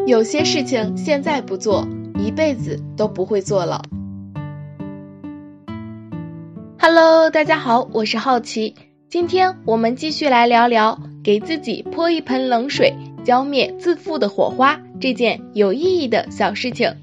有些事情现在不做，一辈子都不会做了。Hello， 大家好，我是好奇。今天我们继续来聊聊给自己泼一盆冷水，浇灭自负的火花这件有意义的小事情。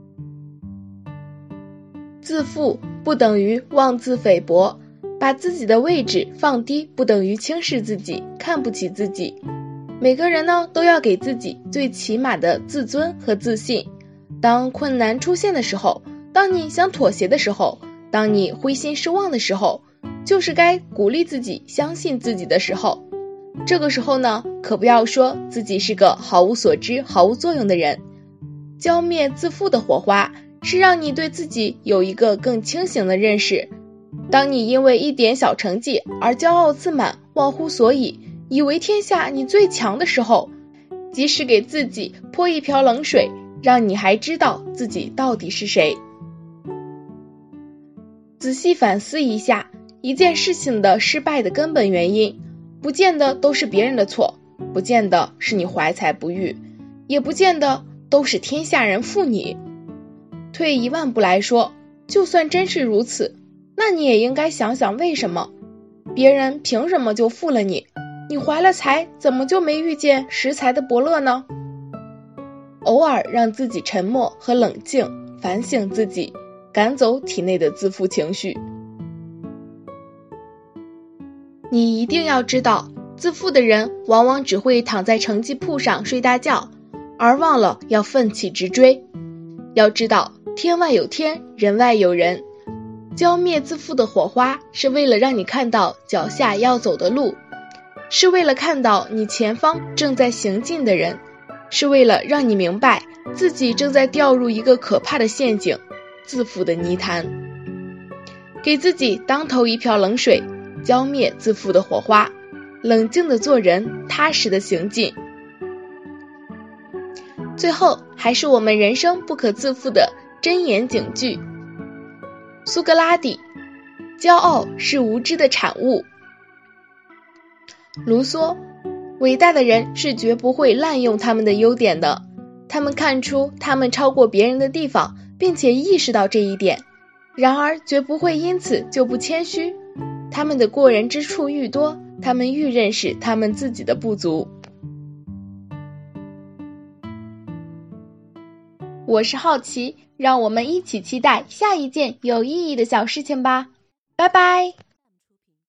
自负不等于妄自菲薄，把自己的位置放低不等于轻视自己，看不起自己。每个人呢都要给自己最起码的自尊和自信。当困难出现的时候，当你想妥协的时候，当你灰心失望的时候，就是该鼓励自己相信自己的时候。这个时候呢，可不要说自己是个毫无所知毫无作用的人。浇灭自负的火花是让你对自己有一个更清醒的认识。当你因为一点小成绩而骄傲自满，忘乎所以，以为天下你最强的时候，及时给自己泼一瓢冷水，让你还知道自己到底是谁。仔细反思一下，一件事情的失败的根本原因，不见得都是别人的错，不见得是你怀才不遇，也不见得都是天下人负你。退一万步来说，就算真是如此，那你也应该想想为什么？别人凭什么就负了你？你怀了才，怎么就没遇见识才的伯乐呢？偶尔让自己沉默和冷静，反省自己，赶走体内的自负情绪。你一定要知道，自负的人往往只会躺在成绩铺上睡大觉，而忘了要奋起直追。要知道，天外有天，人外有人。浇灭自负的火花，是为了让你看到脚下要走的路，是为了看到你前方正在行进的人，是为了让你明白自己正在掉入一个可怕的陷阱，自负的泥潭。给自己当头一瓢冷水，浇灭自负的火花，冷静的做人，踏实的行进。最后还是我们人生不可自负的箴言警句，苏格拉底，骄傲是无知的产物。卢梭，伟大的人是绝不会滥用他们的优点的，他们看出他们超过别人的地方，并且意识到这一点，然而绝不会因此就不谦虚。他们的过人之处愈多，他们愈认识他们自己的不足。我是好奇，让我们一起期待下一件有意义的小事情吧。拜拜。